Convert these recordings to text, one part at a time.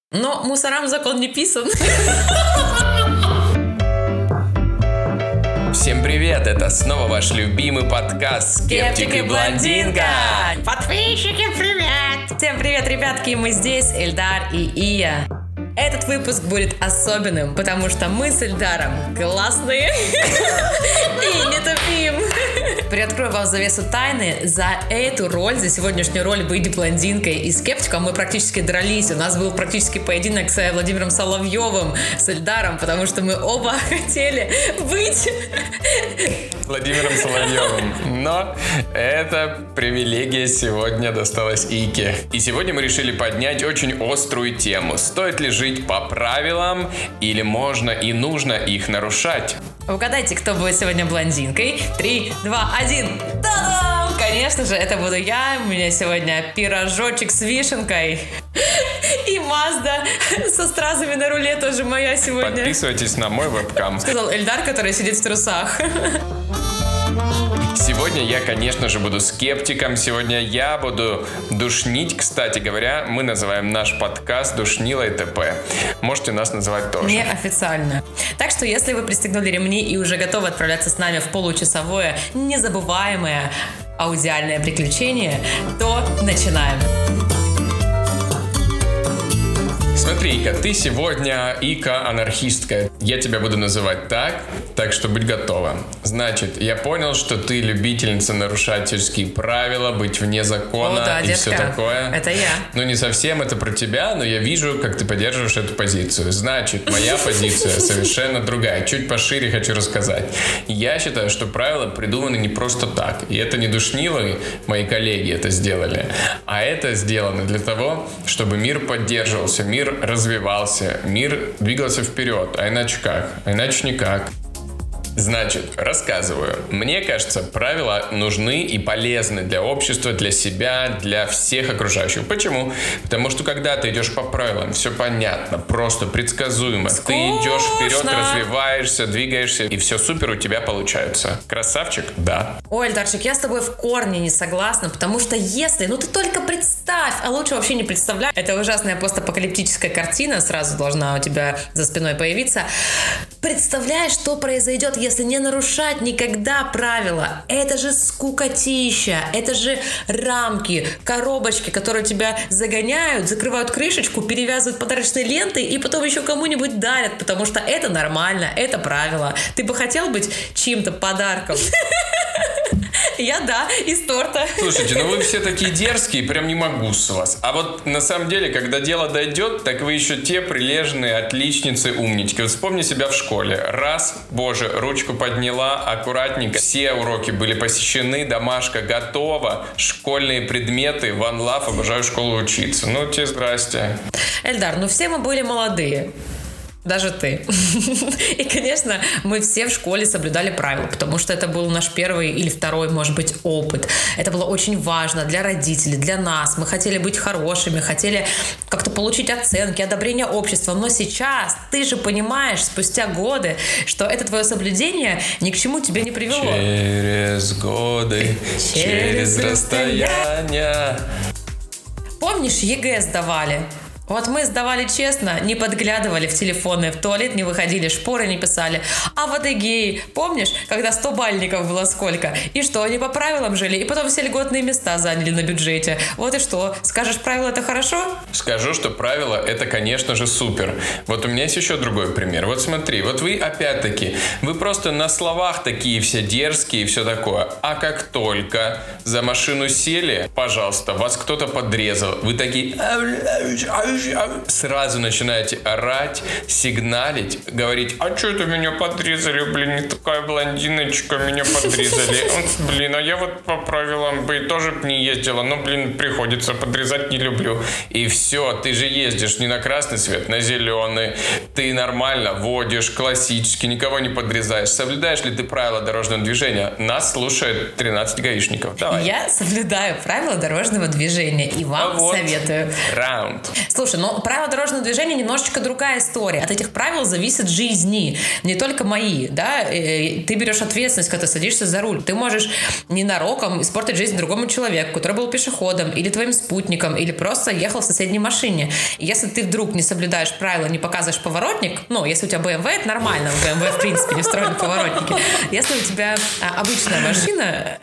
Но мусорам закон не писан. Всем привет, это снова ваш любимый подкаст «Скептик и блондинка». Подписчики, привет! Всем привет, ребятки, мы здесь, Эльдар и Ия. Этот выпуск будет особенным, потому что мы с Эльдаром классные и не тупим. Приоткрою вам завесу тайны. За эту роль, за сегодняшнюю роль «Выйди блондинкой» и скептиком мы практически дрались. У нас был практически поединок с Владимиром Соловьевым, с Эльдаром, потому что мы оба хотели быть Владимиром Соловьевым. Но эта привилегия сегодня досталась Ике. И сегодня мы решили поднять очень острую тему. Стоит ли жить по правилам или можно и нужно их нарушать? Угадайте, кто будет сегодня блондинкой. 3, 2, 1. Та-дам! Конечно же, это буду я. У меня сегодня пирожочек с вишенкой. И Мазда со стразами на руле тоже моя сегодня. Подписывайтесь на мой вебкам. Сказал Эльдар, который сидит в трусах. Сегодня я, конечно же, буду скептиком. Сегодня я буду душнить. Кстати говоря, мы называем наш подкаст «Душнило и т.п». Можете нас называть тоже. Неофициально. Так что, если вы пристегнули ремни и уже готовы отправляться с нами в получасовое, незабываемое аудиальное приключение, то начинаем. Смотри, Ика, ты сегодня Ика-анархистка. Я тебя буду называть так что будь готова. Значит, я понял, что ты любительница нарушать сельские правила, быть вне закона. О, да, и детка, все такое. это я. Ну, не совсем это про тебя, но я вижу, как ты поддерживаешь эту позицию. Значит, моя позиция совершенно другая. Чуть пошире хочу рассказать. Я считаю, что правила придуманы не просто так. И это не душнилы, мои коллеги это сделали, а это сделано для того, чтобы мир поддерживался, мир развивался, мир двигался вперед. А иначе как? А иначе никак. Значит, рассказываю. Мне кажется, правила нужны и полезны для общества, для себя, для всех окружающих. Почему? Потому что когда ты идешь по правилам, все понятно, просто предсказуемо. Скучно. Ты идешь вперед, развиваешься, двигаешься, и все супер у тебя получается. Красавчик? Да. Ой, Эльдарчик, я с тобой в корне не согласна, потому что если, ты только представь, а лучше вообще не представляй, это ужасная постапокалиптическая картина сразу должна у тебя за спиной появиться. Представляешь, что произойдет, если не нарушать никогда правила? Это же скукотища, это же рамки, коробочки, которые тебя загоняют, закрывают крышечку, перевязывают подарочной лентой и потом еще кому-нибудь дарят, потому что это нормально, это правило. Ты бы хотел быть чьим-то подарком? Я да, из торта. Слушайте, вы все такие дерзкие, прям не могу с вас. А вот на самом деле, когда дело дойдет, так вы еще те прилежные отличницы, умнички. Вот вспомни себя в школе. Раз, боже, ручку подняла, аккуратненько. Все уроки были посещены, домашка готова, школьные предметы, one love, обожаю школу учиться. Ну, тебе здрасте. Эльдар, все мы были молодые. Даже ты. И, конечно, мы все в школе соблюдали правила, потому что это был наш первый или второй, может быть, опыт. Это было очень важно для родителей, для нас. Мы хотели быть хорошими, хотели как-то получить оценки, одобрение общества. Но сейчас ты же понимаешь, спустя годы, что это твое соблюдение ни к чему тебе не привело. Через годы, через расстояние. Помнишь, ЕГЭ сдавали? Вот мы сдавали честно, не подглядывали в телефоны, в туалет не выходили, шпоры не писали. А в Адыгее, помнишь, когда 100 бальников было сколько? И что, они по правилам жили, и потом все льготные места заняли на бюджете. Вот и что, скажешь, правила это хорошо? Скажу, что правила это, конечно же, супер. Вот у меня есть еще другой пример. Вот смотри, вот вы опять-таки, вы просто на словах такие все дерзкие и все такое. А как только за машину сели, пожалуйста, вас кто-то подрезал, вы такие... Сразу начинаете орать, сигналить, говорить: а что это меня подрезали, не такая блондиночка, меня подрезали. А я вот по правилам бы тоже не ездила, но, приходится подрезать, не люблю. И все, ты же ездишь не на красный свет, на зеленый. Ты нормально водишь, классически, никого не подрезаешь. Соблюдаешь ли ты правила дорожного движения? Нас слушает 13 гаишников. Давай. Я соблюдаю правила дорожного движения и вам советую. Раунд. Слушай, Слушай, но правила дорожного движения немножечко другая история. От этих правил зависят жизни, не только мои, да. Ты берешь ответственность, когда ты садишься за руль. Ты можешь ненароком испортить жизнь другому человеку, который был пешеходом, или твоим спутником, или просто ехал в соседней машине. И если ты вдруг не соблюдаешь правила, не показываешь поворотник, ну, если у тебя BMW, это нормально, в BMW, в принципе, не встроены поворотники. Если у тебя обычная машина,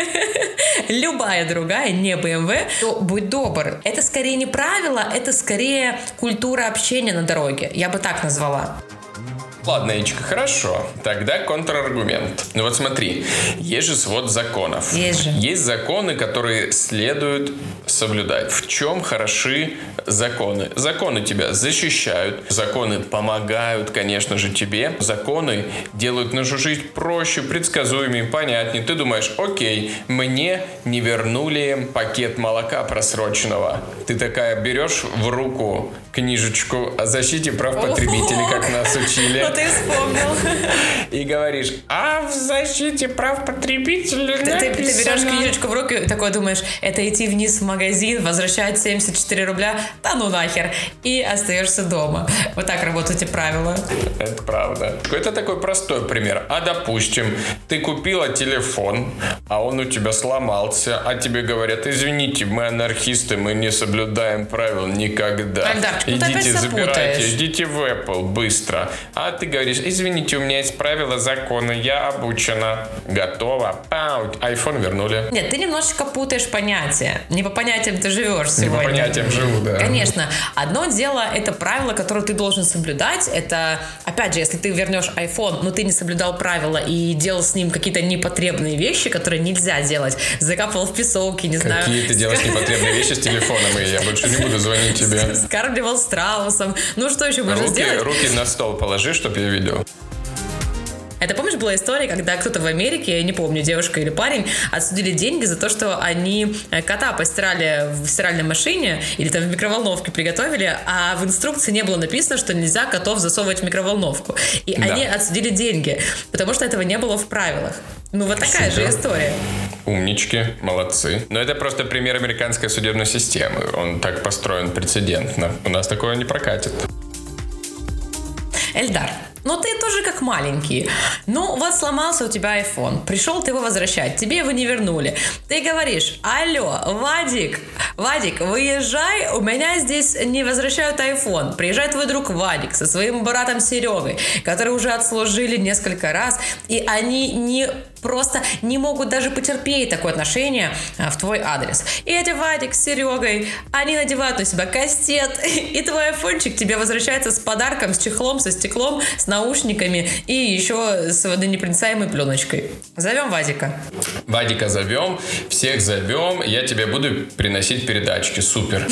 любая другая, не BMW, то будь добр. Это скорее не правило, это скорее культура общения на дороге. Я бы так назвала. Ладно, Ичка, хорошо. Тогда контраргумент. Ну вот смотри, есть же свод законов. Есть же. Есть законы, которые следует соблюдать. В чем хороши законы? Законы тебя защищают, законы помогают, конечно же, тебе. Законы делают нашу жизнь проще, предсказуемее, понятнее. Ты думаешь, окей, мне не вернули пакет молока просроченного. Ты такая берешь в руку книжечку о защите прав потребителей, как нас учили. Ты вспомнил. И говоришь, а в защите прав потребителей ты берешь книжечку в руки и такой думаешь, это идти вниз в магазин, возвращать 74 рубля, да ну нахер, и остаешься дома. Вот так работают эти правила. Это правда. Это такой простой пример. А допустим, ты купила телефон, а он у тебя сломался, а тебе говорят, извините, мы анархисты, мы не соблюдаем правил никогда. Альдарчик, ну идите, забирайте, идите в Apple быстро. А ты говоришь, извините, у меня есть правила, законы, я обучена, готова. Пау, iPhone вернули. Нет, ты немножечко путаешь понятия. Не по понятиям ты живешь сегодня. Не по понятиям живу, да. Конечно. Одно дело, это правило, которое ты должен соблюдать. Это, опять же, если ты вернешь iPhone, но ты не соблюдал правила и делал с ним какие-то непотребные вещи, которые нельзя делать. Закапывал в песок, не знаю. Какие ты делаешь непотребные вещи с телефоном, и я больше не буду звонить тебе. Скармливал страусом. Ну что еще можно сделать? Руки на стол положи, чтобы я видел. Это, помнишь, была история, когда кто-то в Америке, я не помню, девушка или парень, отсудили деньги за то, что они кота постирали в стиральной машине или там в микроволновке приготовили, а в инструкции не было написано, что нельзя котов засовывать в микроволновку. И они отсудили деньги, потому что этого не было в правилах. Ну, вот такая же история. Умнички, молодцы. Но это просто пример американской судебной системы. Он так построен прецедентно. У нас такое не прокатит. Эльдар, ну ты тоже как маленький. Ну вот сломался у тебя iPhone. Пришел ты его возвращать. Тебе его не вернули. Ты говоришь, алло, Вадик, выезжай, у меня здесь не возвращают iPhone. Приезжает твой друг Вадик со своим братом Серегой, которые уже отслужили несколько раз, и они просто не могут даже потерпеть такое отношение в твой адрес. И эти Вадик с Серегой, они надевают на себя кастет, и твой айфончик тебе возвращается с подарком, с чехлом, со стеклом, с наушниками и еще с водонепроницаемой пленочкой. Зовем Вадика. Вадика зовем, всех зовем, я тебе буду приносить передачки. Супер.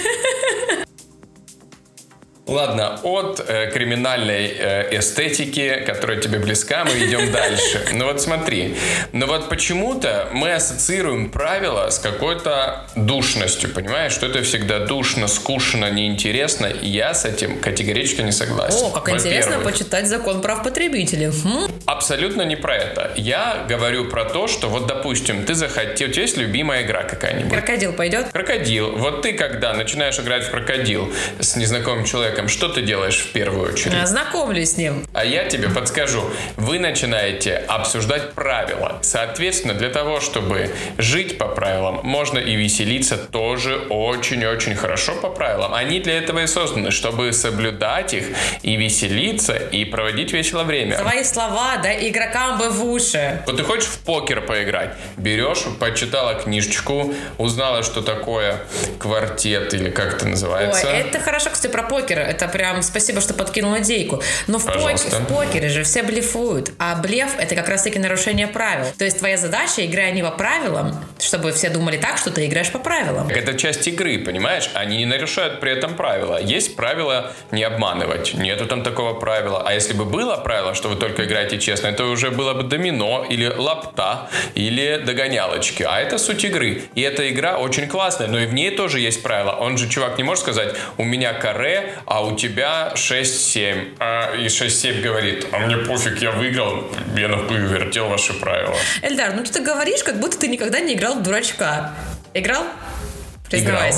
Ладно, от криминальной эстетики, которая тебе близка, мы идем дальше. Ну вот смотри, почему-то мы ассоциируем правила с какой-то душностью, понимаешь? Что это всегда душно, скучно, неинтересно. И я с этим категорически не согласен. О, как интересно почитать закон прав потребителей. Абсолютно не про это. Я говорю про то, что вот, допустим, ты захотел, у тебя есть любимая игра какая-нибудь. Крокодил пойдет? Крокодил. Вот ты, когда начинаешь играть в крокодил с незнакомым человеком, что ты делаешь в первую очередь? Знакомлюсь с ним. А я тебе подскажу. Вы начинаете обсуждать правила. Соответственно, для того, чтобы жить по правилам, можно и веселиться тоже очень-очень хорошо по правилам. Они для этого и созданы, чтобы соблюдать их и веселиться, и проводить весело время. Твои слова, да, игрокам бы в уши. Вот ты хочешь в покер поиграть? Берешь, почитала книжечку, узнала, что такое квартет, или как это называется. Ой, это хорошо, кстати, про покер. Это прям спасибо, что подкинул идейку. Но в покере же все блефуют. А блеф — это как раз-таки нарушение правил. То есть твоя задача, играя не по правилам, чтобы все думали так, что ты играешь по правилам. Это часть игры, понимаешь? Они не нарушают при этом правила. Есть правило не обманывать. Нету там такого правила. А если бы было правило, что вы только играете честно, это уже было бы домино, или лапта, или догонялочки. А это суть игры. И эта игра очень классная, но и в ней тоже есть правила. Он же, чувак, не может сказать, у меня каре, а у тебя 6-7. И 6-7 говорит, а мне пофиг, я выиграл, я на хую вертел ваши правила. Эльдар, ну ты говоришь, как будто ты никогда не играл в дурачка. Играл? Признавайся.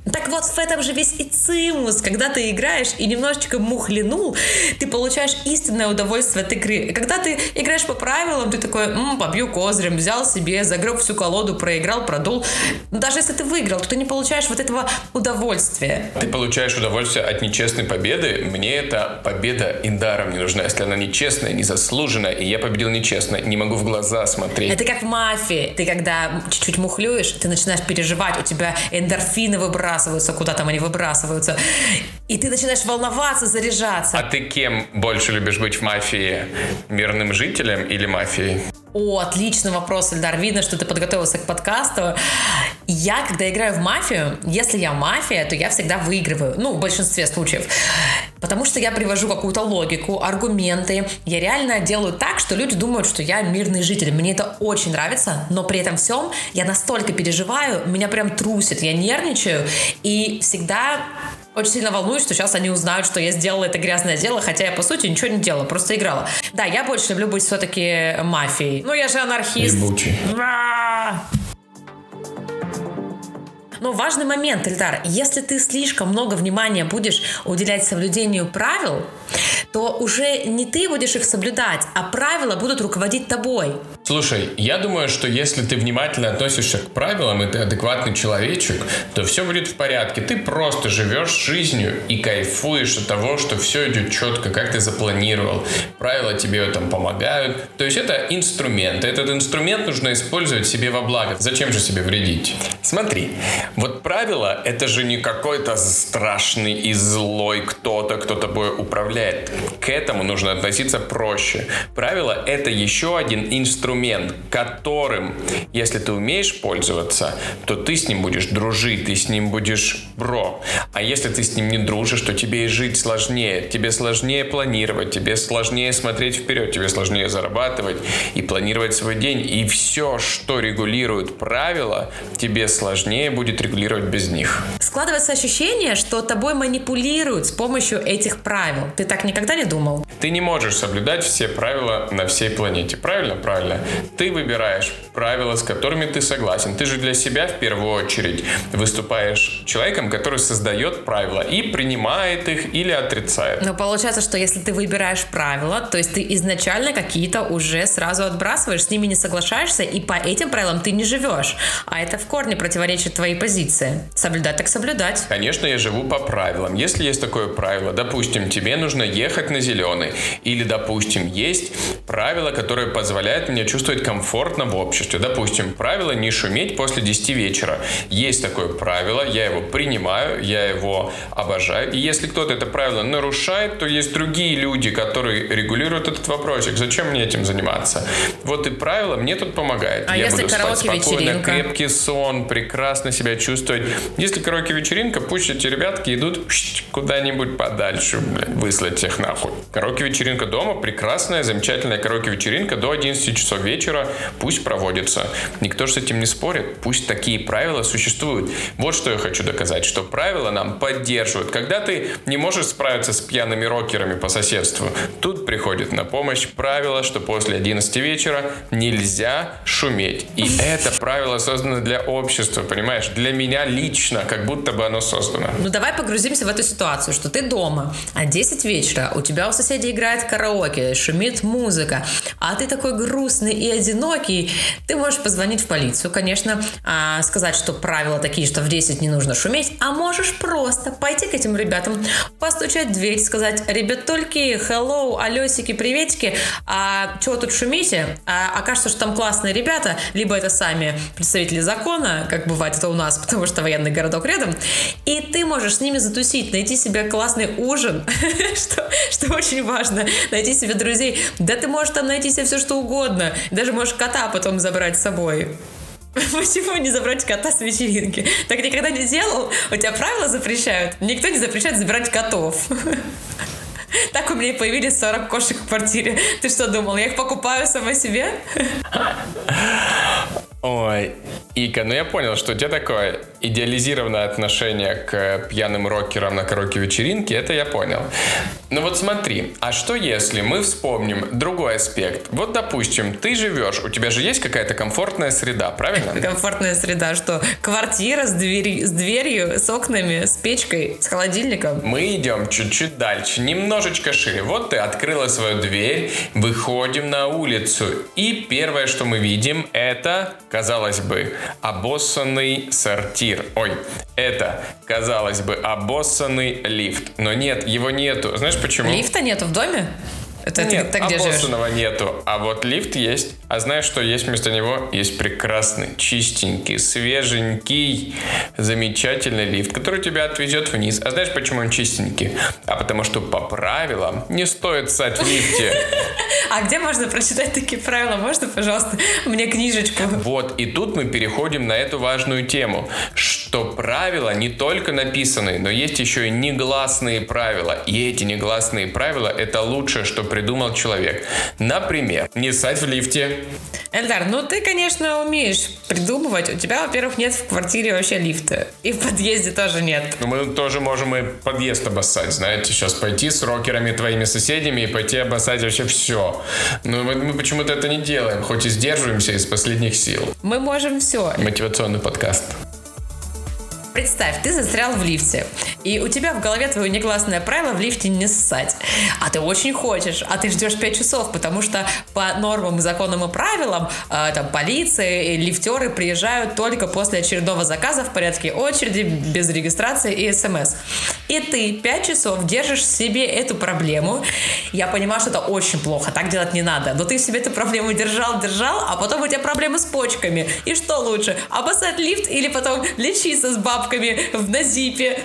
Так вот, в этом же весь и цимус. Когда ты играешь и немножечко мухлянул, ты получаешь истинное удовольствие от игры. Когда ты играешь по правилам, ты такой, побью козырем, взял себе, загреб всю колоду, проиграл, продул. Но даже если ты выиграл, то ты не получаешь вот этого удовольствия. Ты получаешь удовольствие от нечестной победы. Мне эта победа и даром не нужна. Если она нечестная, незаслуженная, и я победил нечестно, не могу в глаза смотреть. Это как в мафии. Ты когда чуть-чуть мухлюешь, ты начинаешь переживать, у тебя эндорфины выбрасываются, куда там они выбрасываются. И ты начинаешь волноваться, заряжаться. А ты кем больше любишь быть в мафии? Мирным жителем или мафией? О, отличный вопрос, Эльдар. Видно, что ты подготовился к подкасту. Я, когда играю в мафию, если я мафия, то я всегда выигрываю. В большинстве случаев. Потому что я привожу какую-то логику, аргументы. Я реально делаю так, что люди думают, что я мирный житель. Мне это очень нравится, но при этом всем я настолько переживаю, меня прям трусит, я нервничаю. И всегда очень сильно волнуюсь, что сейчас они узнают, что я сделала это грязное дело, хотя я, по сути, ничего не делала, просто играла. Да, я больше люблю быть все-таки мафией. Я же анархист. Ебучий. Но важный момент, Эльдар, если ты слишком много внимания будешь уделять соблюдению правил, то уже не ты будешь их соблюдать, а правила будут руководить тобой. Слушай, я думаю, что если ты внимательно относишься к правилам, и ты адекватный человечек, то все будет в порядке. Ты просто живешь жизнью и кайфуешь от того, что все идет четко, как ты запланировал. Правила тебе в этом помогают. То есть это инструмент. Этот инструмент нужно использовать себе во благо. Зачем же себе вредить? Смотри, вот правила — это же не какой-то страшный и злой кто тобой управляет. К этому нужно относиться проще. Правила — это еще один инструмент, которым, если ты умеешь пользоваться, то ты с ним будешь дружить, ты с ним будешь бро. А если ты с ним не дружишь, то тебе и жить сложнее. Тебе сложнее планировать, тебе сложнее смотреть вперед, тебе сложнее зарабатывать и планировать свой день. И все, что регулирует правила, тебе сложнее будет регулировать без них. Складывается ощущение, что тобой манипулируют с помощью этих правил. Ты так никогда не думал? Ты не можешь соблюдать все правила на всей планете. Правильно? Правильно. Ты выбираешь правила, с которыми ты согласен. Ты же для себя в первую очередь выступаешь человеком, который создает правила и принимает их или отрицает. Но получается, что если ты выбираешь правила, то есть ты изначально какие-то уже сразу отбрасываешь, с ними не соглашаешься, и по этим правилам ты не живешь. А это в корне противоречит твоей позиции. Соблюдать так соблюдать. Конечно, я живу по правилам. Если есть такое правило, допустим, тебе нужно ехать на зеленый, или, допустим, есть правило, которое позволяет мне чувствовать комфортно в обществе. Допустим, правило не шуметь после 10 вечера. Есть такое правило, я его принимаю, я его обожаю. И если кто-то это правило нарушает, то есть другие люди, которые регулируют этот вопросик. Зачем мне этим заниматься? Вот и правило мне тут помогает. А я если буду спать спокойно, крепкий сон, прекрасно себя чувствовать. Если караоке-вечеринка, пусть эти ребятки идут куда-нибудь подальше, выслать их нахуй. Караоке-вечеринка дома, прекрасная, замечательная караоке-вечеринка до 11 часов вечера, пусть проводится. Никто же с этим не спорит. Пусть такие правила существуют. Вот что я хочу доказать, что правила нам поддерживают. Когда ты не можешь справиться с пьяными рокерами по соседству, тут приходит на помощь правило, что после 11 вечера нельзя шуметь. И это правило создано для общества, понимаешь? Для меня лично, как будто бы оно создано. Давай погрузимся в эту ситуацию, что ты дома, а 10 вечера, у тебя у соседей играет караоке, шумит музыка, а ты такой грустный и одинокий. Ты можешь позвонить в полицию, конечно, сказать, что правила такие, что в 10 не нужно шуметь, а можешь просто пойти к этим ребятам, постучать в дверь, сказать: ребятульки, hello, алёсики, приветики, а чего тут шумите? Окажется, что там классные ребята, либо это сами представители закона, как бывает это у нас, потому что военный городок рядом, и ты можешь с ними затусить, найти себе классный ужин, что очень важно, найти себе друзей. Да ты можешь там найти себе все, что угодно, даже можешь кота потом забрать с собой. Почему не забрать кота с вечеринки? Так никогда не делал? У тебя правила запрещают? Никто не запрещает забирать котов. Так у меня и появились 40 кошек в квартире. Ты что думал, я их покупаю сама себе? Ой, Ика, я понял, что у тебя такое идеализированное отношение к пьяным рокерам на караоке-вечеринке, это я понял. Но вот смотри, а что если мы вспомним другой аспект? Вот, допустим, ты живешь, у тебя же есть какая-то комфортная среда, правильно? Комфортная среда, что квартира с дверью, с окнами, с печкой, с холодильником. Мы идем чуть-чуть дальше, немножечко шире. Вот ты открыла свою дверь, выходим на улицу, и первое, что мы видим, это, казалось бы, обоссанный сортир. Это, казалось бы, обоссанный лифт. Но нет, его нету. Знаешь почему? Лифта нету в доме? Нет, ты где обоссанного живешь? нету, а вот лифт есть. А знаешь, что есть вместо него? Есть прекрасный, чистенький, свеженький, замечательный лифт, который тебя отвезет вниз. А знаешь, почему он чистенький? А потому что по правилам не стоит ссать в лифте. А где можно прочитать такие правила? Можно, пожалуйста, мне книжечку? Вот, и тут мы переходим на эту важную тему, что правила не только написаны, но есть еще и негласные правила. И эти негласные правила — это лучшее, что придумал человек. Например, не ссать в лифте. Эльдар, ну ты, конечно, умеешь придумывать. У тебя, во-первых, нет в квартире вообще лифта. И в подъезде тоже нет. Но мы тоже можем и подъезд обоссать, знаете, сейчас пойти с рокерами, твоими соседями, и пойти обоссать вообще все. Но мы почему-то это не делаем, хоть и сдерживаемся из последних сил. Мы можем все. Мотивационный подкаст. Представь, ты застрял в лифте, и у тебя в голове твое негласное правило в лифте не ссать. А ты очень хочешь, а ты ждешь 5 часов, потому что по нормам, законам и правилам там, полиция и лифтеры приезжают только после очередного заказа в порядке очереди, без регистрации и смс. И ты 5 часов держишь в себе эту проблему. Я понимаю, что это очень плохо, так делать не надо. Но ты в себе эту проблему держал, а потом у тебя проблемы с почками. И что лучше, обоссать лифт или потом лечиться с бабками на зипе?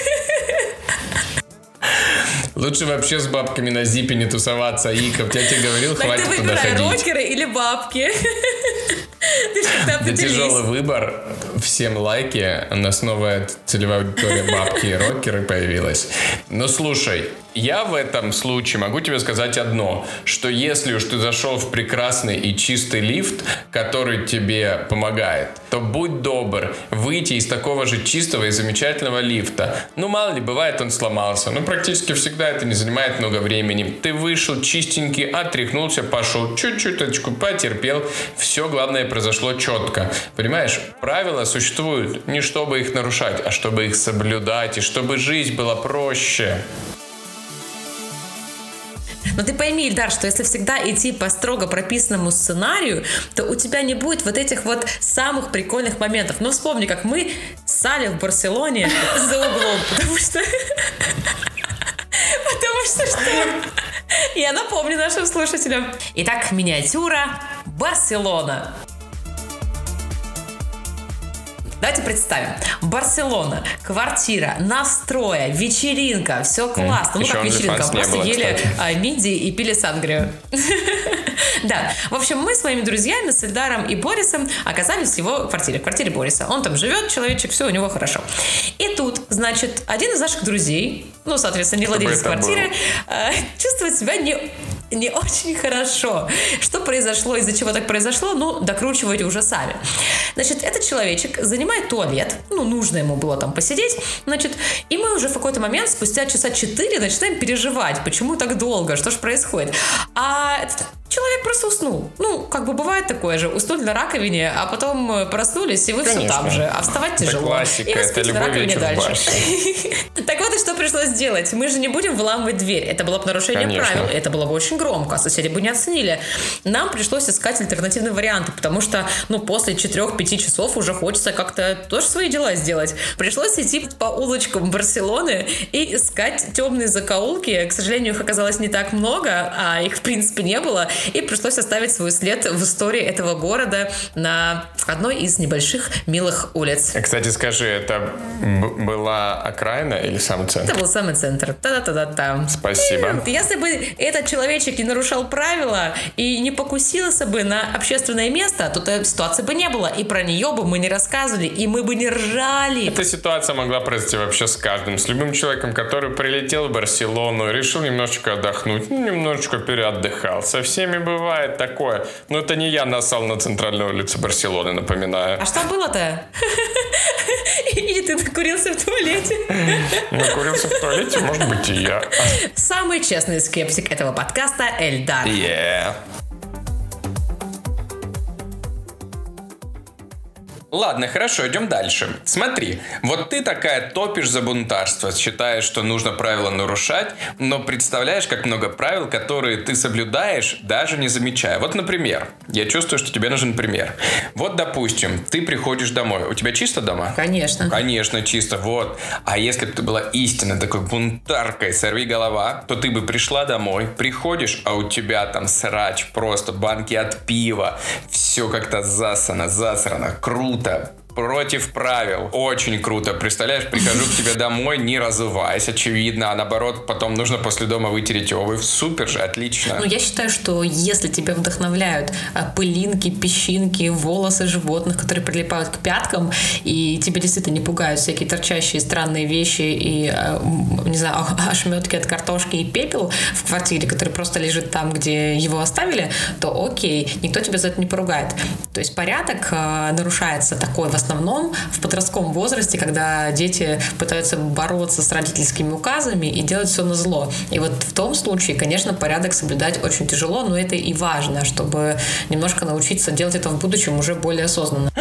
Лучше вообще с бабками на зипе не тусоваться, Иков. Я тебе говорил, так хватит ты туда выбирай, ходить. рокеры или бабки. Ты всегда Это определись. тяжелый выбор. Всем лайки. У нас новая целевая аудитория бабки и рокеры появилась. Но слушай, я в этом случае могу тебе сказать одно, что если уж ты зашел в прекрасный и чистый лифт, который тебе помогает, то будь добр выйти из такого же чистого и замечательного лифта. Ну, мало ли, бывает он сломался. Но практически всегда это не занимает много времени. Ты вышел чистенький, отряхнулся, пошел, чуть-чуточку потерпел. Все, главное, произошло четко. Понимаешь, правила существуют не чтобы их нарушать, а чтобы их соблюдать, и чтобы жизнь была проще. Но ты пойми, Ильдар, что если всегда идти по строго прописанному сценарию, то у тебя не будет вот этих вот самых прикольных моментов. Ну, вспомни, как мы ссали в Барселоне за углом, потому что я напомню нашим слушателям. Итак, миниатюра Барселона. Давайте представим. Барселона, квартира, настроя, вечеринка, все классно. Ну как вечеринка, просто ели мидии и пили сангрию. Да, в общем, мы с моими друзьями, с Эльдаром и Борисом оказались в его квартире, в квартире Бориса. Он там живет, человечек, все у него хорошо. И тут, значит, один из наших друзей, ну, соответственно, не владелец квартиры, чувствует себя не очень хорошо. Что произошло, из-за чего так произошло, ну, докручивайте уже сами. Значит, этот человечек занимает туалет, ну, нужно ему было там посидеть, значит, и мы уже в какой-то момент, спустя часа 4, начинаем переживать, почему так долго, что же происходит. А человек просто уснул. Ну, как бы бывает такое же. Уснули на раковине, а потом проснулись, и вы все там же. А вставать тяжело. Классика, и вы спите на раковине дальше. Так вот, и что пришлось сделать? Мы же не будем вламывать дверь. Это было бы нарушение правил. Это было бы очень громко. Соседи бы не оценили. Нам пришлось искать альтернативные варианты, потому что, ну, после 4-5 часов уже хочется как-то тоже свои дела сделать. Пришлось идти по улочкам Барселоны и искать темные закоулки. К сожалению, их оказалось не так много, а их, в принципе, не было. И пришлось оставить свой след в истории этого города на одной из небольших милых улиц. Кстати, скажи, это была окраина или самый центр? Это был самый центр. Та-да-та-да-та. Спасибо. И если бы этот человечек не нарушал правила и не покусился бы на общественное место, то ситуации бы не было. И про нее бы мы не рассказывали, и мы бы не ржали. Эта ситуация могла произойти вообще с каждым. С любым человеком, который прилетел в Барселону, решил немножечко отдохнуть, немножечко переотдыхал. Со всеми всеми бывает такое. Но это не я нассал на центральной улице Барселоны, напоминаю. А что было-то? Или ты накурился в туалете? Накурился в туалете, может быть, и я. Самый честный скептик этого подкаста Эльдар. Ладно, хорошо, идем дальше. Смотри, вот ты такая топишь за бунтарство, считаешь, что нужно правила нарушать, но представляешь, как много правил, которые ты соблюдаешь, даже не замечая. Вот, например, я чувствую, что тебе нужен пример. Вот, допустим, ты приходишь домой. У тебя чисто дома? Конечно. Конечно, чисто, вот. А если бы ты была истинно такой бунтаркой, сорвиголова, то ты бы пришла домой, приходишь, а у тебя там срач, просто банки от пива, все как-то засрано, круто. Против правил. Очень круто. Представляешь, прихожу к тебе домой, не разуваясь, очевидно, а наоборот, потом нужно после дома вытереть обувь. Супер же, отлично. Ну, я считаю, что если тебя вдохновляют пылинки, песчинки, волосы животных, которые прилипают к пяткам, и тебя действительно не пугают всякие торчащие странные вещи и, не знаю, ошметки от картошки и пепел в квартире, который просто лежит там, где его оставили, то окей, никто тебя за это не поругает. То есть порядок нарушается такой в основном в подростковом возрасте, когда дети пытаются бороться с родительскими указами и делать все назло. И вот в том случае, конечно, порядок соблюдать очень тяжело, но это и важно, чтобы немножко научиться делать это в будущем уже более осознанно.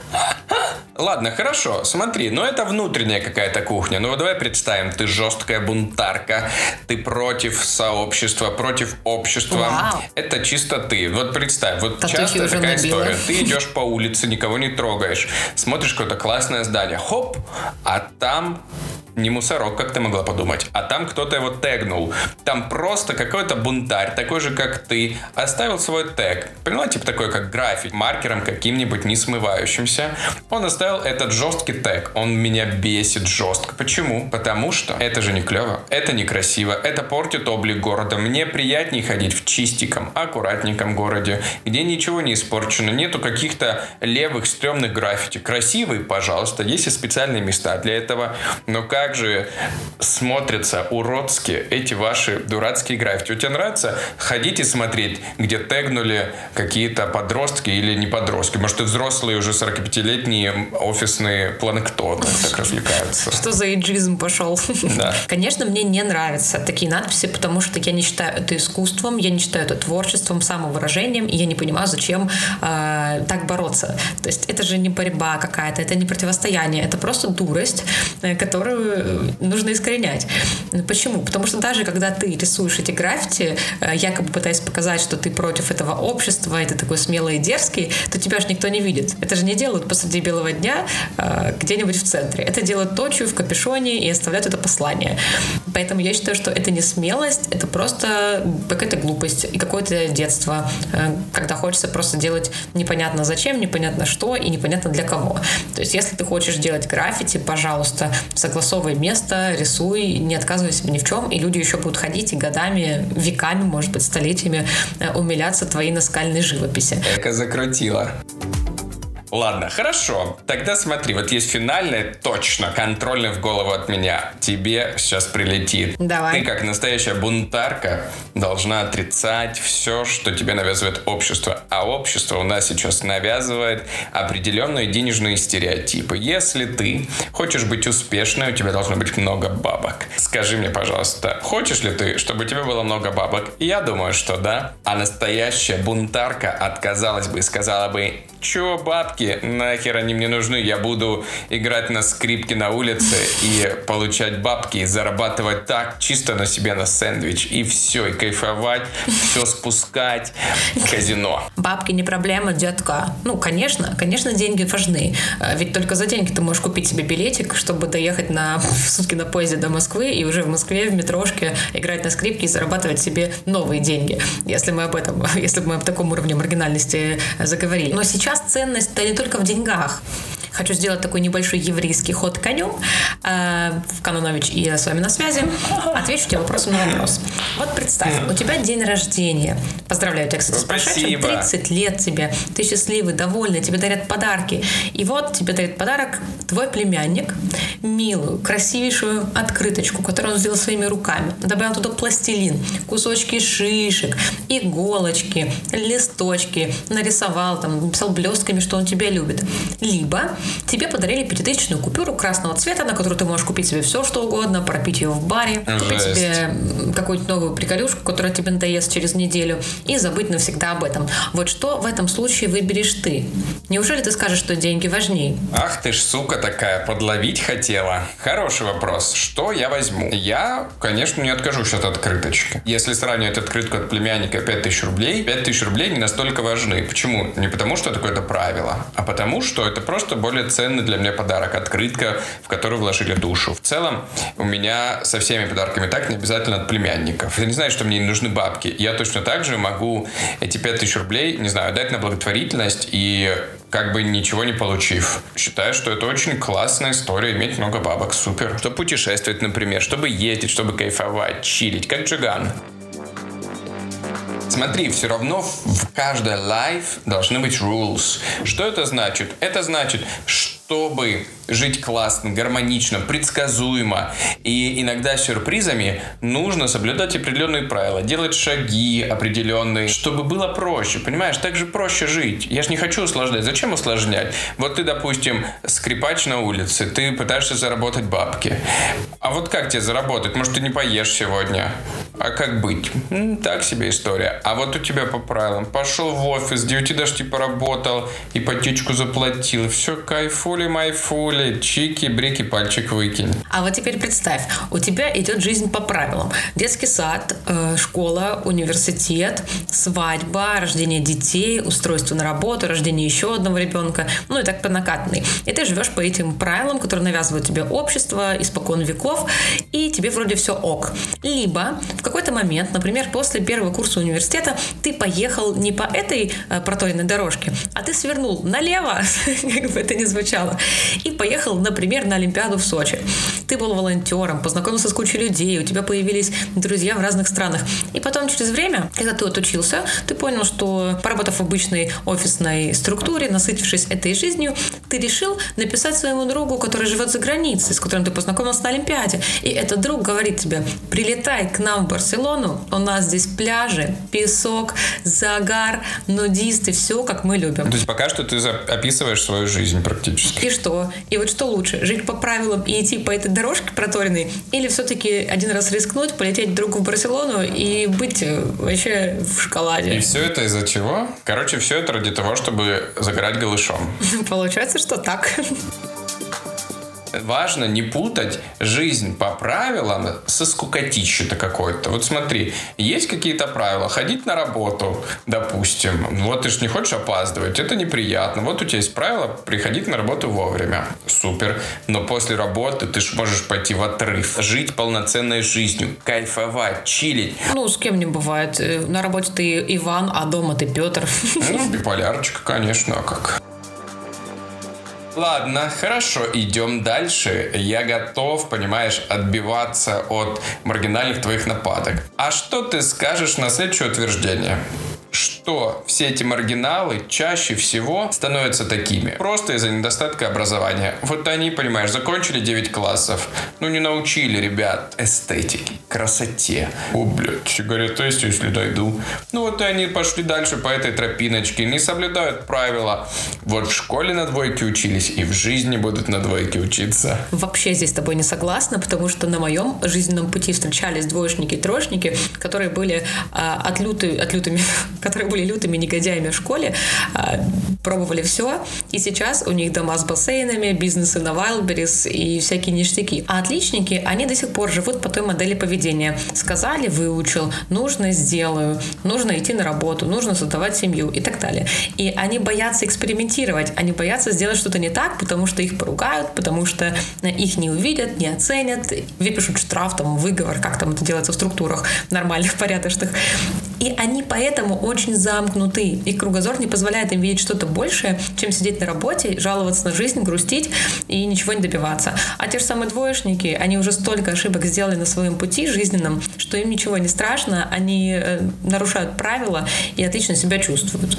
Ладно, хорошо, смотри, но это внутренняя какая-то кухня. Ну вот давай представим, ты жесткая бунтарка, ты против сообщества, против общества. Вау. Это чисто ты. Вот представь, вот Татухи часто уже такая набила. история. Ты идешь по улице, никого не трогаешь, смотришь какое-то классное здание, хоп, а там... Не мусорок, как ты могла подумать, а там кто-то его тегнул. Там просто какой-то бунтарь, такой же, как ты, оставил свой тег. Поняла, типа такой, как граффити, маркером каким-нибудь не смывающимся. Он оставил этот жесткий тег. Он меня бесит жестко. Почему? Потому что это же не клево, это некрасиво, это портит облик города. Мне приятнее ходить в чистеньком, аккуратненьком городе, где ничего не испорчено, нету каких-то левых, стрёмных граффити. Красивые, пожалуйста, есть и специальные места для этого, но как же смотрятся уродски эти ваши дурацкие граффити. У тебя нравится ходить и смотреть, где тегнули какие-то подростки или не подростки? Может, и взрослые уже 45-летние офисные планктоны так развлекаются? Что за эйджизм пошел? Да. Конечно, мне не нравятся такие надписи, потому что я не считаю это искусством, я не считаю это творчеством, самовыражением, и я не понимаю, зачем так бороться. То есть это же не борьба какая-то, это не противостояние, это просто дурость, которую нужно искоренять. Почему? Потому что даже когда ты рисуешь эти граффити, якобы пытаясь показать, что ты против этого общества, и ты такой смелый и дерзкий, то тебя же никто не видит. Это же не делают посреди белого дня где-нибудь в центре. Это делают ночью в капюшоне и оставляют это послание. Поэтому я считаю, что это не смелость, это просто какая-то глупость и какое-то детство, когда хочется просто делать непонятно зачем, непонятно что и непонятно для кого. То есть если ты хочешь делать граффити, пожалуйста, согласовывай место, рисуй, не отказывай себе ни в чем, и люди еще будут ходить и годами, веками, может быть, столетиями умиляться твоей наскальной живописи. Эко закрутила. Ладно, хорошо. Тогда смотри, вот есть финальное, точно, контрольный в голову от меня. Тебе сейчас прилетит. Давай. Ты, как настоящая бунтарка, должна отрицать все, что тебе навязывает общество. А общество у нас сейчас навязывает определенные денежные стереотипы. Если ты хочешь быть успешной, у тебя должно быть много бабок. Скажи мне, пожалуйста, хочешь ли ты, чтобы у тебя было много бабок? Я думаю, что да. А настоящая бунтарка отказалась бы и сказала бы: чё, бабки, нахер они мне нужны? Я буду играть на скрипке на улице и получать бабки, и зарабатывать так, чисто на себе на сэндвич. И все, и кайфовать, все спускать в казино. Бабки не проблема, детка. Ну, конечно, деньги важны. Ведь только за деньги ты можешь купить себе билетик, чтобы доехать в сутки на поезде до Москвы и уже в Москве в метрошке играть на скрипке и зарабатывать себе новые деньги. Если мы об таком уровне маргинальности заговорили. Но сейчас ценность-то не только в деньгах. Хочу сделать такой небольшой еврейский ход конем. Канонович, и я с вами на связи. Отвечу тебе вопросом на вопрос. Вот представь, у тебя день рождения. Поздравляю тебя, кстати, с прошедшим. 30 лет тебе. Ты счастливый, довольный, тебе дарят подарки. И вот тебе дарит подарок твой племянник, милую, красивейшую открыточку, которую он сделал своими руками. Добавил туда пластилин, кусочки шишек, иголочки, листочки, нарисовал, написал блестками, что он тебя любит. Либо тебе подарили 5000-ную купюру красного цвета, на которую ты можешь купить себе все, что угодно, пропить ее в баре, купить себе какую-нибудь новую приколюшку, которая тебе надоест через неделю, и забыть навсегда об этом. Вот что в этом случае выберешь ты? Неужели ты скажешь, что деньги важнее? Ах ты ж, сука такая, подловить хотела. Хороший вопрос. Что я возьму? Я, конечно, не откажусь от открыточки. Если сравнивать открытку от племянника 5000 рублей, 5000 рублей не настолько важны. Почему? Не потому, что это какое-то правило, а потому, что это просто более ценный для меня подарок. Открытка, в которую вложили душу. В целом, у меня со всеми подарками так, не обязательно от племянников. Это не значит, что мне не нужны бабки. Я точно так же могу эти 5000 рублей, не знаю, дать на благотворительность и как бы ничего не получив. Считаю, что это очень классная история, иметь много бабок, супер. Чтобы путешествовать, например, чтобы ездить, чтобы кайфовать, чилить, как Джиган. Смотри, все равно в каждой life должны быть rules. Что это значит? Это значит, чтобы жить классно, гармонично, предсказуемо и иногда с сюрпризами, нужно соблюдать определенные правила, делать шаги определенные, чтобы было проще, понимаешь? Так же проще жить. Я же не хочу усложнять. Зачем усложнять? Вот ты, допустим, скрипач на улице, ты пытаешься заработать бабки. А вот как тебе заработать? Может, ты не поешь сегодня? А как быть? Так себе история. А вот у тебя по правилам. Пошел в офис, 9 до 6 поработал, ипотечку заплатил. Все, майфули, чики-брики, пальчик выкинь. А вот теперь представь, у тебя идет жизнь по правилам. Детский сад, школа, университет, свадьба, рождение детей, устройство на работу, рождение еще одного ребенка, ну и так по накатанной. И ты живешь по этим правилам, которые навязывают тебе общество испокон веков, и тебе вроде все ок. Либо в какой-то момент, например, после первого курса университета, ты поехал не по этой проторенной дорожке, а ты свернул налево, как бы это ни звучало, и поехал, например, на Олимпиаду в Сочи. Ты был волонтером, познакомился с кучей людей, у тебя появились друзья в разных странах. И потом через время, когда ты отучился, ты понял, что, поработав в обычной офисной структуре, насытившись этой жизнью, ты решил написать своему другу, который живет за границей, с которым ты познакомился на Олимпиаде. И этот друг говорит тебе: прилетай к нам в Барселону, у нас здесь пляжи, песок, загар, нудисты, все как мы любим. То есть пока что ты описываешь свою жизнь практически. И что? И вот что лучше? Жить по правилам и идти по этой дорожке проторенной? Или все-таки один раз рискнуть, полететь к другу в Барселону и быть вообще в шоколаде? И все это из-за чего? Короче, все это ради того, чтобы загорать голышом. Получается, что так. Важно не путать жизнь по правилам со скукотищей-то какой-то. Вот смотри, есть какие-то правила. Ходить на работу, допустим. Вот ты же не хочешь опаздывать, это неприятно. Вот у тебя есть правило приходить на работу вовремя. Супер. Но после работы ты же можешь пойти в отрыв. Жить полноценной жизнью. Кайфовать, чилить. Ну, с кем не бывает. На работе ты Иван, а дома ты Петр. Ну, биполярочка, конечно, а как... Ладно, хорошо, идем дальше. Я готов, понимаешь, отбиваться от маргинальных твоих нападок. А что ты скажешь на следующее утверждение? Что все эти маргиналы чаще всего становятся такими просто из-за недостатка образования. Вот они, понимаешь, закончили 9 классов, ну не научили ребят эстетике, красоте. О, блядь, говорят, то есть, если дойду. Ну вот и они пошли дальше по этой тропиночке, не соблюдают правила. Вот в школе на двойке учились и в жизни будут на двойке учиться. Вообще здесь с тобой не согласна, потому что на моем жизненном пути встречались двоечники и троечники, которые были которые были лютыми негодяями в школе, пробовали все, и сейчас у них дома с бассейнами, бизнесы на Wildberries и всякие ништяки. А отличники, они до сих пор живут по той модели поведения. Сказали, выучил, нужно, сделаю, нужно идти на работу, нужно создавать семью и так далее. И они боятся экспериментировать, они боятся сделать что-то не так, потому что их поругают, потому что их не увидят, не оценят, выпишут штраф, там, выговор, как там это делается в структурах нормальных, порядочных. И они поэтому очень замкнуты. Их кругозор не позволяет им видеть что-то большее, чем сидеть на работе, жаловаться на жизнь, грустить и ничего не добиваться. А те же самые двоечники, они уже столько ошибок сделали на своем пути жизненном, что им ничего не страшно, они нарушают правила и отлично себя чувствуют.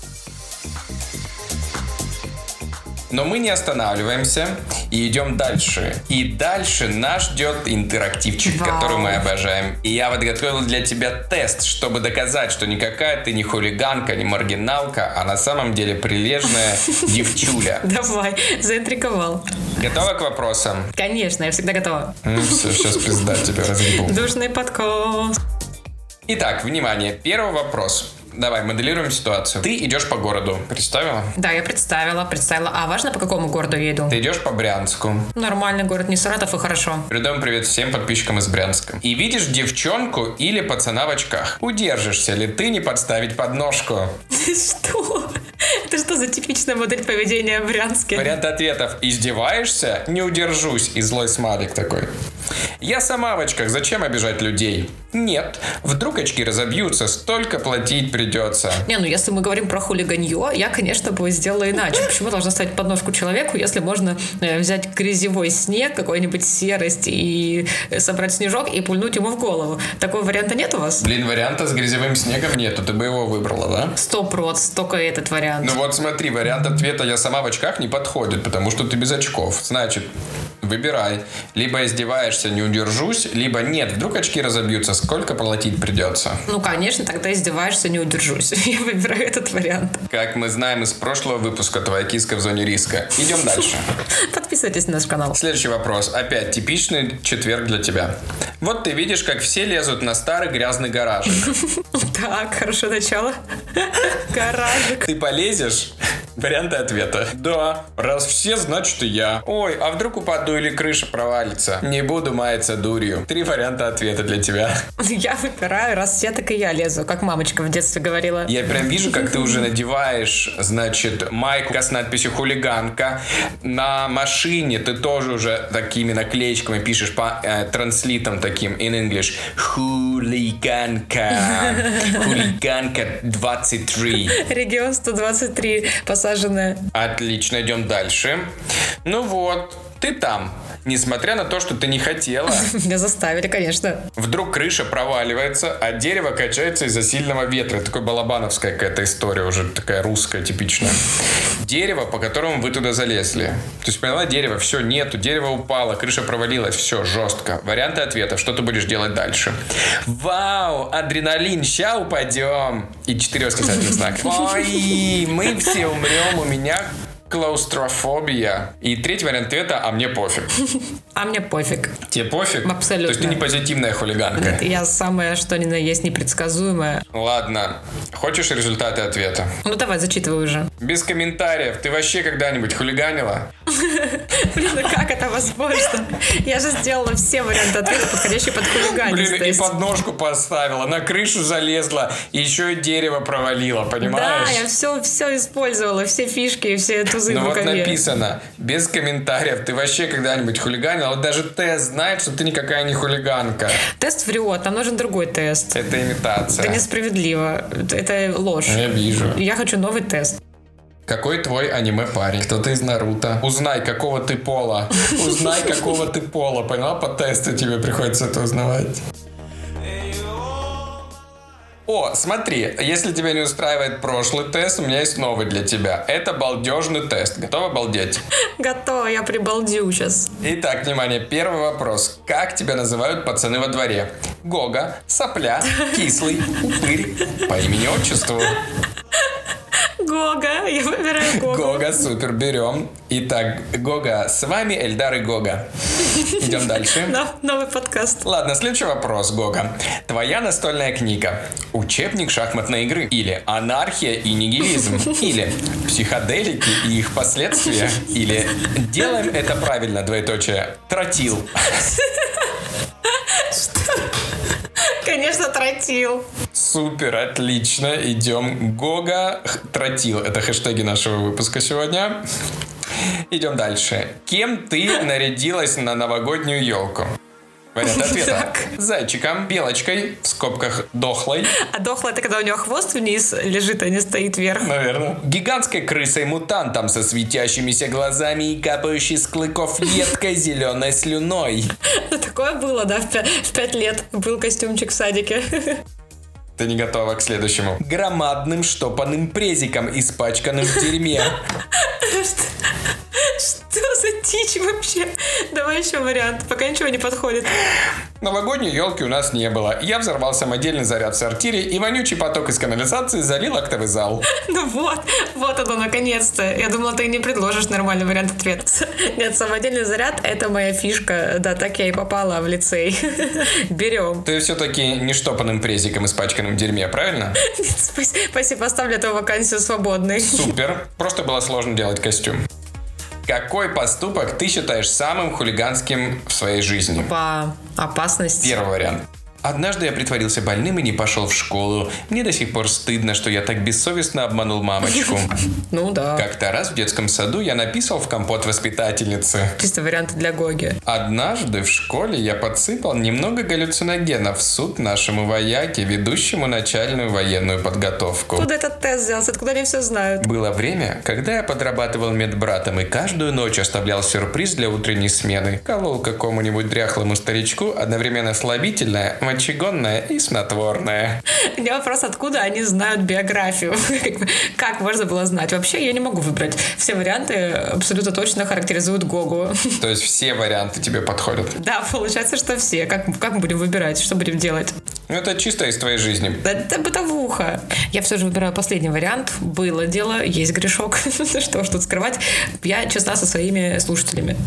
Но мы не останавливаемся и идем дальше. И дальше нас ждет интерактивчик, который мы обожаем. И я подготовил для тебя тест, чтобы доказать, что никакая ты не хулиганка, не маргиналка, а на самом деле прилежная девчуля. Давай, заинтриговал. Готова к вопросам? Конечно, я всегда готова. Все, сейчас пизда тебя разъебу. Душный подкаст. Итак, внимание, первый вопрос. Давай, моделируем ситуацию. Ты идешь по городу. Представила? Да, я представила. А важно, по какому городу я иду? Ты идешь по Брянску. Нормальный город, не Саратов, и хорошо. Передаем привет всем подписчикам из Брянска. И видишь девчонку или пацана в очках. Удержишься ли ты не подставить подножку? Что? Это что за типичная модель поведения в Брянске? Вариант ответов. Издеваешься? Не удержусь. И злой смайлик такой. Я сама в очках. Зачем обижать людей? Нет. Вдруг очки разобьются, столько платить придется. Не, ну если мы говорим про хулиганье, я, конечно, бы сделала иначе. Почему должна ставить подножку человеку, если можно взять грязевой снег, какой-нибудь серость и собрать снежок и пульнуть ему в голову? Такого варианта нет у вас? Блин, варианта с грязевым снегом нету. Ты бы его выбрала, да? 100%, только этот вариант. Ну вот смотри, вариант ответа «я сама в очках» не подходит, потому что ты без очков. Значит, выбирай. Либо издеваешься, не удержусь, либо нет, вдруг очки разобьются, сколько платить придется. Ну, конечно, тогда издеваешься, не удержусь. Я выбираю этот вариант. Как мы знаем из прошлого выпуска, твоя киска в зоне риска. Идем дальше. Подписывайтесь на наш канал. Следующий вопрос. Опять типичный четверг для тебя. Вот ты видишь, как все лезут на старый грязный гаражик. Так, хорошее начало. Гаражик. Ты полезешь? Варианты ответа. Да, раз все, значит и я. Ой, а вдруг упаду или крыша провалится? Не буду маяться дурью. 3 варианта ответа для тебя. Я выбираю, раз все, так и я лезу, как мамочка в детстве говорила. Я прям вижу, как ты уже надеваешь, значит, майку с надписью «Хулиганка». На машине ты тоже уже такими наклеечками пишешь по транслитам таким in English. Хулиганка. Хулиганка 23. Регион 123 посаженная. Отлично, идем дальше. Ну вот, ты там. Несмотря на то, что ты не хотела. Меня заставили, конечно. Вдруг крыша проваливается, а дерево качается из-за сильного ветра. Такой балабановская какая-то история, уже такая русская типичная. Дерево, по которому вы туда залезли. То есть, поняла, дерево, все, нету, дерево упало, крыша провалилась, все, жестко. Варианты ответов, что ты будешь делать дальше? Вау, адреналин, ща упадем. И 4 восклицательных знака. Ой, мы все умрем, у меня клаустрофобия. И 3 вариант ответа, а мне пофиг. А мне пофиг. Тебе пофиг? Абсолютно. То есть ты не позитивная хулиганка? Нет, я самая, что ни на есть, непредсказуемая. Ладно. Хочешь результаты ответа? Ну давай, зачитывай уже. Без комментариев. Ты вообще когда-нибудь хулиганила? Блин, ну как это возможно? Я же сделала все варианты ответа, подходящие под хулиганство. Блин, и подножку поставила, на крышу залезла, еще и дерево провалила, понимаешь? Да, я все использовала, все фишки, все тузы в Ну вот рукаве. написано, без комментариев. Ты вообще когда-нибудь хулиганила? Вот даже тест знает, что ты никакая не хулиганка. Тест врет, нам нужен другой тест. Это имитация. Это несправедливо, это ложь. Я вижу. Я хочу новый тест. Какой твой аниме-парень? Кто-то из Наруто. Узнай, какого ты пола. Узнай, какого ты пола. Поняла? По тесту тебе приходится это узнавать. О, смотри, если тебя не устраивает прошлый тест, у меня есть новый для тебя. Это балдежный тест. Готова балдеть? Готово, я прибалдю сейчас. Итак, внимание, первый вопрос. Как тебя называют пацаны во дворе? Гога, сопля, кислый, упырь. По имени-отчеству. Гога, я выбираю Гогу. Гога, супер, берем. Итак, Гога, с вами Эльдар и Гога. Идем дальше. Новый подкаст. Ладно, следующий вопрос, Гога. Твоя настольная книга. Учебник шахматной игры. Или анархия и нигилизм. Или психоделики и их последствия. Или делаем это правильно, двоеточие, тротил. Конечно, тротил. Супер, отлично. Идем. Гога, тротил. Это хэштеги нашего выпуска сегодня. Идем дальше. Кем ты нарядилась на новогоднюю елку? Вариант ответа. Зайчиком, белочкой, в скобках дохлой. А дохлая — это когда у него хвост вниз лежит, а не стоит вверх. Наверное. Гигантской крысой-мутантом со светящимися глазами и капающей с клыков едкой зеленой слюной. Такое было, да, в 5 лет был костюмчик в садике. Ты не готова к следующему. Громадным штопанным презиком, испачканным в дерьме. Что за дичь вообще? Давай еще вариант, пока ничего не подходит. Новогодней елки у нас не было. Я взорвал самодельный заряд в сортире, и вонючий поток из канализации залил актовый зал. Ну вот оно, наконец-то. Я думала, ты не предложишь нормальный вариант ответа. Нет, самодельный заряд — это моя фишка. Да, так я и попала в лицей. Берем. Ты все-таки не штопанным презиком, испачканным в дерьме, правильно? Нет, спасибо, оставлю эту вакансию свободной. Супер. Просто было сложно делать костюм. Какой поступок ты считаешь самым хулиганским в своей жизни? По опасности. Первый вариант. Однажды я притворился больным и не пошел в школу. Мне до сих пор стыдно, что я так бессовестно обманул мамочку. Ну да. Как-то раз в детском саду я написал в компот воспитательницы. Чисто варианты для Гоги. Однажды в школе я подсыпал немного галлюциногенов в суп нашему вояке, ведущему начальную военную подготовку. Откуда этот тест взялся? Откуда они все знают? Было время, когда я подрабатывал медбратом и каждую ночь оставлял сюрприз для утренней смены. Колол какому-нибудь дряхлому старичку одновременно слабительное, мочегонное и снотворное. У меня вопрос, откуда они знают биографию? Как можно было знать? Вообще, я не могу выбрать. Все варианты абсолютно точно характеризуют Гогу. То есть все варианты тебе подходят? Да, получается, что все. Как мы будем выбирать? Что будем делать? Ну, это чисто из твоей жизни. Это бытовуха. Я все же выбираю последний вариант. Было дело, есть грешок. Что ж тут скрывать? Я честна со своими слушателями.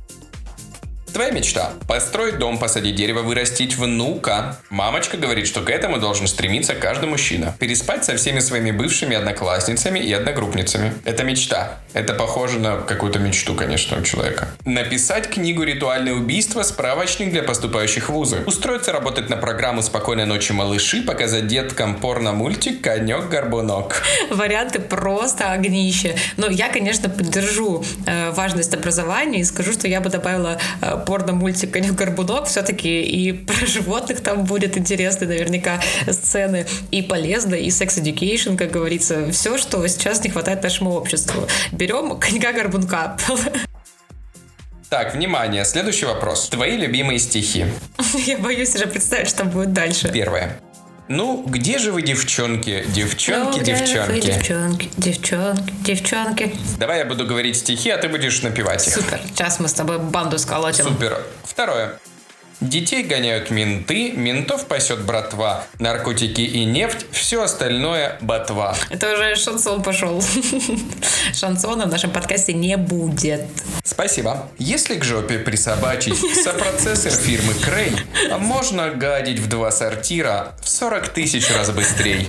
Твоя мечта – построить дом, посадить дерево, вырастить внука. Мамочка говорит, что к этому должен стремиться каждый мужчина. Переспать со всеми своими бывшими одноклассницами и одногруппницами. Это мечта. Это похоже на какую-то мечту, конечно, у человека. Написать книгу «Ритуальное убийство», справочник для поступающих в вузы. Устроиться работать на программу «Спокойной ночи, малыши», показать деткам порно-мультик «Конек-горбунок». Варианты просто огнище. Но я, конечно, поддержу важность образования и скажу, что я бы добавила порно-мультик «Конек-горбунок». Все-таки и про животных там будет интересно, наверняка сцены, и полезно, и секс-эдюкейшн, как говорится. Все, что сейчас не хватает нашему обществу. Берем «Конька-горбунка». Так, внимание, следующий вопрос. Твои любимые стихи. Я боюсь уже представить, что будет дальше. Первое. Ну, где же вы, девчонки? Девчонки, Ну, девчонки. Девчонки. Давай я буду говорить стихи, а ты будешь напевать их. Супер. Сейчас мы с тобой банду сколотим. Супер. Второе. Детей гоняют менты, ментов пасет братва, наркотики и нефть, все остальное ботва. Это уже шансон пошел. Шансона в нашем подкасте не будет. Спасибо. Если к жопе присобачить сопроцессор фирмы Крей, можно гадить в 2 сортира в 40 тысяч раз быстрее.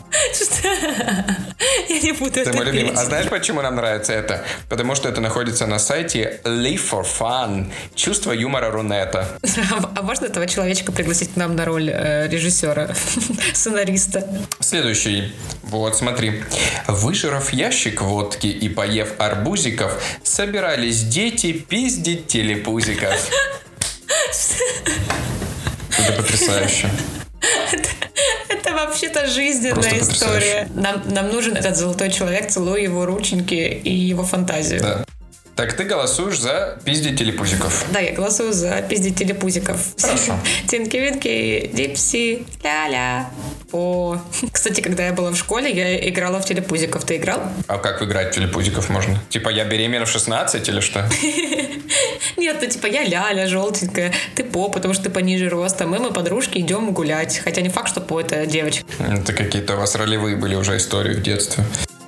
Я не буду это Ты мой любимый. петь. А знаешь, почему нам нравится это? Потому что это находится на сайте Live for Fun. Чувство юмора Рунета. А можно этого человечка пригласить к нам на роль режиссера, сценариста? Следующий. Вот, смотри. Выжрав ящик водки и поев арбузиков, собирались дети пиздить телепузиков. Это потрясающе. Это вообще-то жизненная Просто история. Нам нужен этот золотой человек, целуя его рученьки и его фантазию. Да. Так ты голосуешь за пиздить телепузиков. Да, я голосую за пиздить телепузиков. Хорошо. Тинки-винки, дипси, ля-ля. О. Кстати, когда я была в школе, я играла в телепузиков. Ты играл? А как играть в телепузиков можно? Типа я беременна в 16 или что? Нет, ну типа я ляля, желтенькая, ты по, потому что ты пониже ростом, и мы подружки идем гулять. Хотя не факт, что по это девочка. Это какие-то у вас ролевые были уже истории в детстве.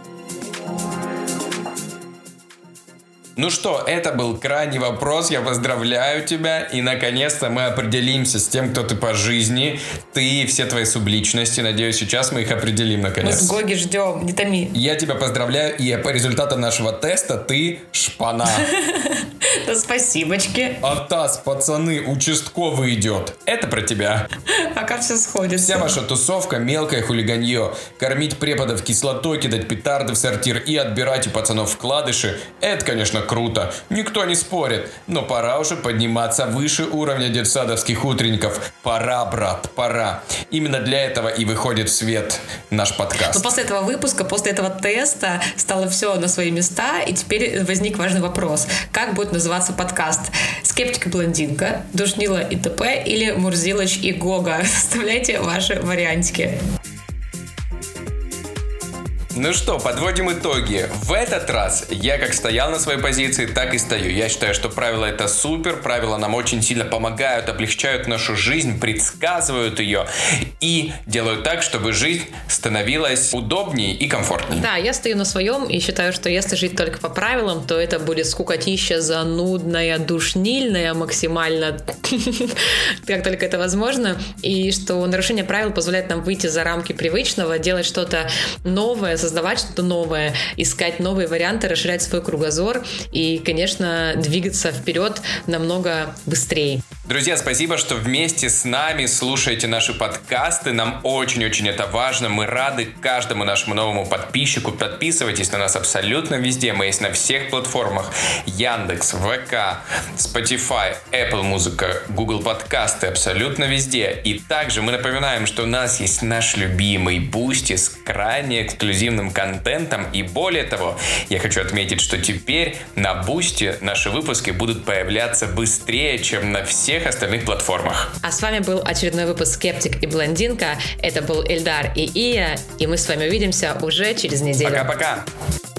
Ну что, это был крайний вопрос. Я поздравляю тебя. И наконец-то мы определимся с тем, кто ты по жизни. Ты и все твои субличности. Надеюсь, сейчас мы их определим наконец. Мы с Гоги ждем, не томи. Я тебя поздравляю. И по результатам нашего теста ты шпана. Да спасибочки. Атас, пацаны, участковый идет. Это про тебя. Пока все сходится. Вся ваша тусовка — мелкое хулиганье. Кормить преподов кислотой, кидать петарды в сортир и отбирать у пацанов вкладыши — это, конечно, круто. Никто не спорит. Но пора уже подниматься выше уровня детсадовских утренников. Пора, брат, пора. Именно для этого и выходит в свет наш подкаст. Но после этого выпуска, после этого теста стало все на свои места, и теперь возник важный вопрос. Как будет называться подкаст? «Скептик и блондинка», «Душнила и т.п.» или «Мурзилыч и Гога»? Вставляйте ваши вариантики. Ну что, подводим итоги. В этот раз я как стоял на своей позиции, так и стою. Я считаю, что правила — это супер. Правила нам очень сильно помогают, облегчают нашу жизнь, предсказывают ее и делают так, чтобы жизнь становилась удобнее и комфортнее. Да, я стою на своем и считаю, что если жить только по правилам, то это будет скукотища занудная, душнильная максимально, как только это возможно. И что нарушение правил позволяет нам выйти за рамки привычного, делать что-то новое, создавать что-то новое, искать новые варианты, расширять свой кругозор и, конечно, двигаться вперед намного быстрее. Друзья, спасибо, что вместе с нами слушаете наши подкасты. Нам очень-очень это важно. Мы рады каждому нашему новому подписчику. Подписывайтесь на нас абсолютно везде. Мы есть на всех платформах. Яндекс, ВК, Spotify, Apple Музыка, Google подкасты. Абсолютно везде. И также мы напоминаем, что у нас есть наш любимый Boosty с крайне эксклюзивным контентом. И более того, я хочу отметить, что теперь на Boosty наши выпуски будут появляться быстрее, чем на всех остальных платформах. А с вами был очередной выпуск «Скептик и блондинка». Это был Эльдар и Ия, и мы с вами увидимся уже через неделю. Пока-пока!